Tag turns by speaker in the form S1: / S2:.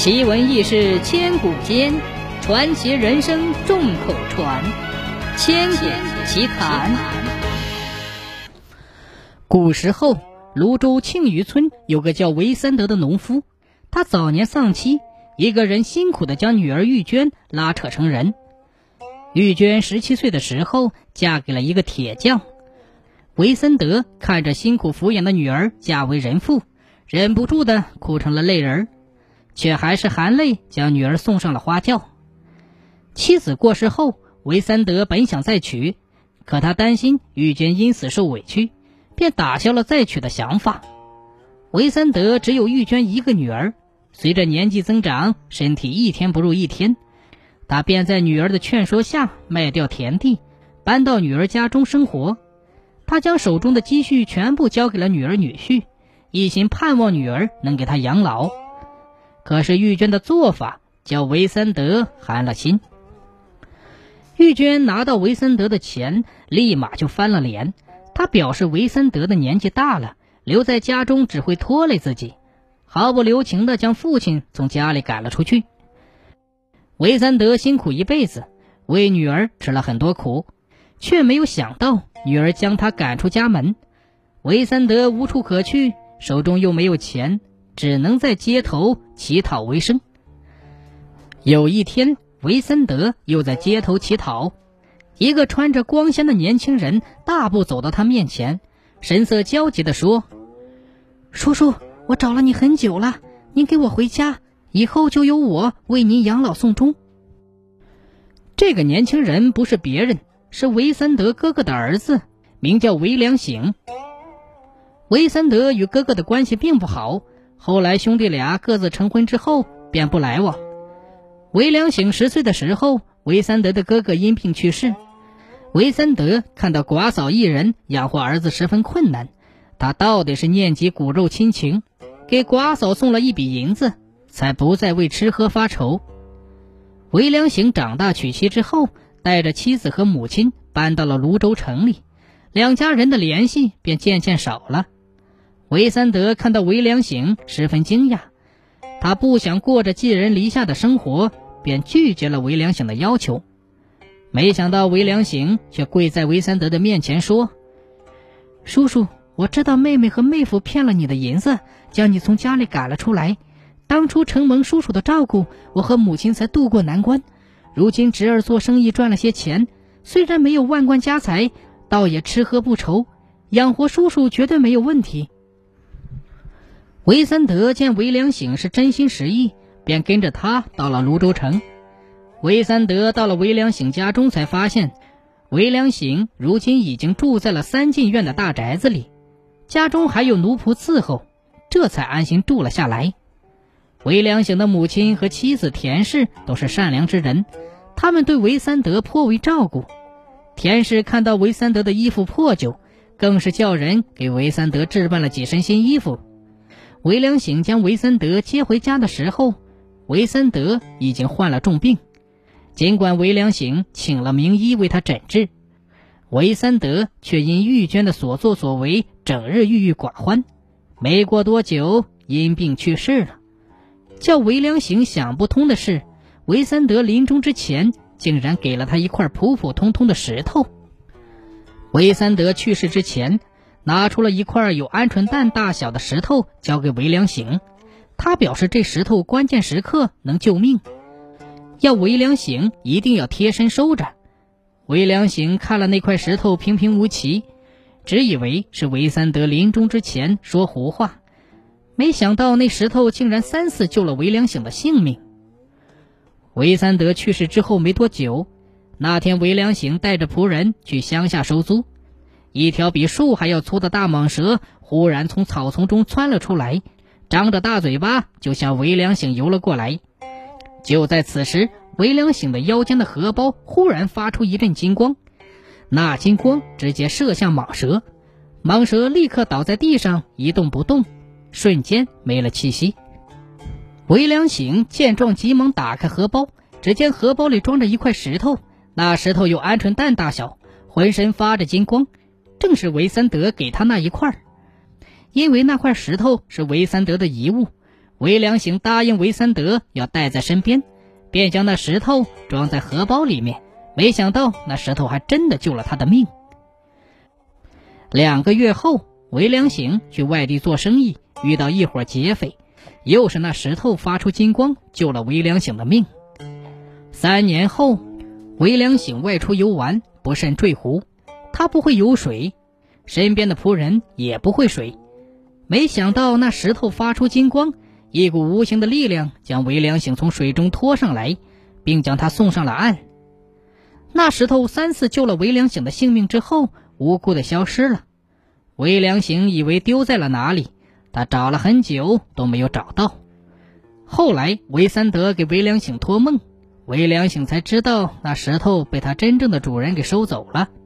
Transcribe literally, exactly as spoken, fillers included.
S1: 奇闻异事千古间，传奇人生众口传。千古奇谈。古时候，泸州庆余村有个叫韦三德的农夫，他早年丧妻，一个人辛苦地将女儿玉娟拉扯成人。玉娟十七岁的时候嫁给了一个铁匠，韦三德看着辛苦抚养的女儿嫁为人妇，忍不住地哭成了泪人，却还是含泪将女儿送上了花轿。妻子过世后，韦三德本想再娶，可他担心玉娟因此受委屈，便打消了再娶的想法。韦三德只有玉娟一个女儿，随着年纪增长，身体一天不如一天，他便在女儿的劝说下卖掉田地，搬到女儿家中生活。他将手中的积蓄全部交给了女儿女婿，一心盼望女儿能给他养老。可是玉娟的做法叫韦三德寒了心。玉娟拿到韦三德的钱，立马就翻了脸。她表示韦三德的年纪大了，留在家中只会拖累自己，毫不留情地将父亲从家里赶了出去。韦三德辛苦一辈子，为女儿吃了很多苦，却没有想到女儿将他赶出家门。韦三德无处可去，手中又没有钱，只能在街头乞讨为生。有一天，韦三德又在街头乞讨，一个穿着光鲜的年轻人大步走到他面前，神色焦急地说：叔叔，我找了你很久了，您给我回家，以后就由我为您养老送终。这个年轻人不是别人，是韦三德哥哥的儿子，名叫韦良醒。韦三德与哥哥的关系并不好，后来兄弟俩各自成婚之后便不来往。韦良醒十岁的时候，韦三德的哥哥因病去世。韦三德看到寡嫂一人养活儿子十分困难，他到底是念及骨肉亲情，给寡嫂送了一笔银子，才不再为吃喝发愁。韦良醒长大娶妻之后，带着妻子和母亲搬到了泸州城里，两家人的联系便渐渐少了。韦三德看到韦良醒十分惊讶，他不想过着寄人篱下的生活，便拒绝了韦良醒的要求。没想到韦良醒却跪在韦三德的面前说：叔叔，我知道妹妹和妹夫骗了你的银子，将你从家里赶了出来。当初承蒙叔叔的照顾，我和母亲才渡过难关。如今侄儿做生意赚了些钱，虽然没有万贯家财，倒也吃喝不愁，养活叔叔绝对没有问题。韦三德见韦良醒是真心实意，便跟着他到了泸州城。韦三德到了韦良醒家中，才发现韦良醒如今已经住在了三进院的大宅子里，家中还有奴仆伺候，这才安心住了下来。韦良醒的母亲和妻子田氏都是善良之人，他们对韦三德颇为照顾。田氏看到韦三德的衣服破旧，更是叫人给韦三德置办了几身新衣服。韦良醒将韦三德接回家的时候，韦三德已经患了重病。尽管韦良醒请了名医为他诊治，韦三德却因玉娟的所作所为整日郁郁寡欢，没过多久因病去世了。叫韦良醒想不通的是，韦三德临终之前竟然给了他一块普普通通的石头。韦三德去世之前拿出了一块有鹌鹑蛋大小的石头交给韦良醒，他表示这石头关键时刻能救命，要韦良醒一定要贴身收着。韦良醒看了那块石头平平无奇，只以为是韦三德临终之前说胡话，没想到那石头竟然三次救了韦良醒的性命。韦三德去世之后没多久，那天韦良醒带着仆人去乡下收租，一条比树还要粗的大蟒蛇忽然从草丛中窜了出来，张着大嘴巴就向韦良醒游了过来。就在此时，韦良醒的腰间的荷包忽然发出一阵金光，那金光直接射向蟒蛇，蟒蛇立刻倒在地上一动不动，瞬间没了气息。韦良醒见状急忙打开荷包，只见荷包里装着一块石头，那石头有鹌鹑蛋大小，浑身发着金光，正是韦三德给他那一块。因为那块石头是韦三德的遗物， 韦良醒答应韦三德要带在身边，便将那石头装在荷包里面，没想到那石头还真的救了他的命。两个月后，韦良醒去外地做生意，遇到一伙劫匪，又是那石头发出金光，救了韦良醒的命。三年后，韦良醒外出游玩，不慎坠湖。他不会游水，身边的仆人也不会水，没想到那石头发出金光，一股无形的力量将韦良醒从水中拖上来，并将他送上了岸。那石头三次救了韦良醒的性命之后，无故的消失了。韦良醒以为丢在了哪里，他找了很久都没有找到。后来韦三德给韦良醒托梦，韦良醒才知道那石头被他真正的主人给收走了。